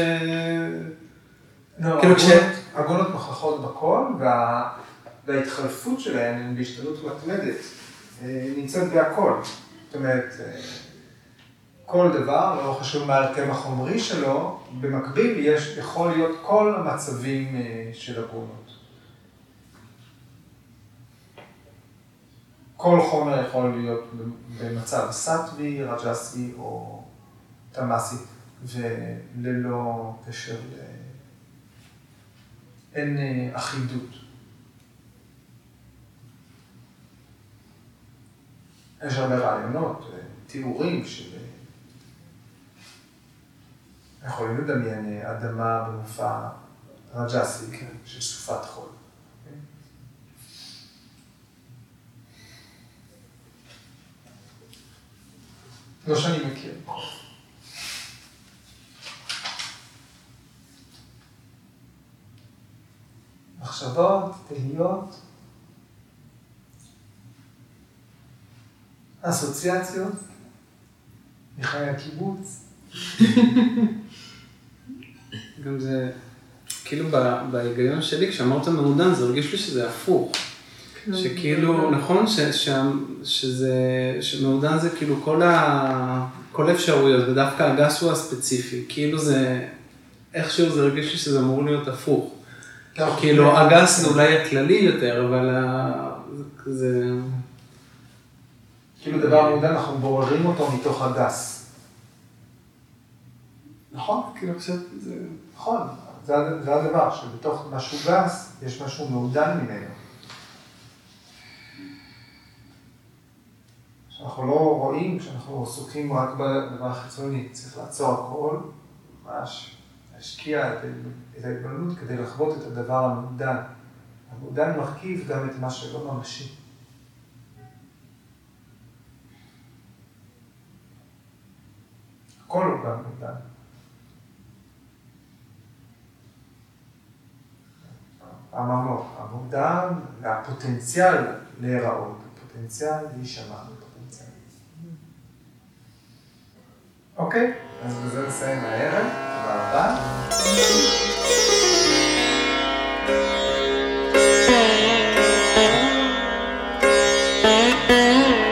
לא, אגונות נוכחות בכל, וההתחלפות שלהן הן בהשתנות מתמדת, נמצאת בהכל. זאת אומרת, כל דבר, לא חשוב מה ההרכב החומרי שלו, במקביל יש, יכול להיות כל המצבים של אגונות. כל חומר יכול להיות במצב סטווי, רג'סי או תמאסי, וללא קשר, אין אחידות. יש הרבה רעיונות, תיאורים של... יכולים לדמיין אדמה במופע רג'סי, של סופת חול. לא שאני מכיר. מחשבות, תהיות, אסוציאציות, מחיי הקיבוץ. גם זה, כאילו בהיגיון שלי, כשאמרת מעודן, זה הרגיש לי שזה הפוך. שכאילו, נכון, שזה, שמעודן זה כאילו כל ה... כל אפשרויות, ודווקא הגס הוא הספציפי. כאילו זה, איכשהו זה הרגיש לי שזה אמור להיות הפוך. כאילו, הגס זה אולי הכללי יותר, אבל זה... כאילו דבר מעודן, אנחנו בוררים אותו מתוך הגס. נכון? כאילו פשוט זה... נכון, זה הדבר, שבתוך משהו גס, יש משהו מעודן ממנו. שאנחנו לא רואים, כשאנחנו עסוקים רק בדבר החיצוני, צריך לעצור הכל, ממש להשקיע את ההתבוננות כדי לחוות את הדבר המעודן. המעודן מרכיב גם את מה שלא ממשי. הכל הוא גם מעודן. אמרנו, המעודן והפוטנציאל להיראות, הפוטנציאל להישמע בפוטנציאל. אוקיי, אז בזה נסיים הערב. תודה רבה.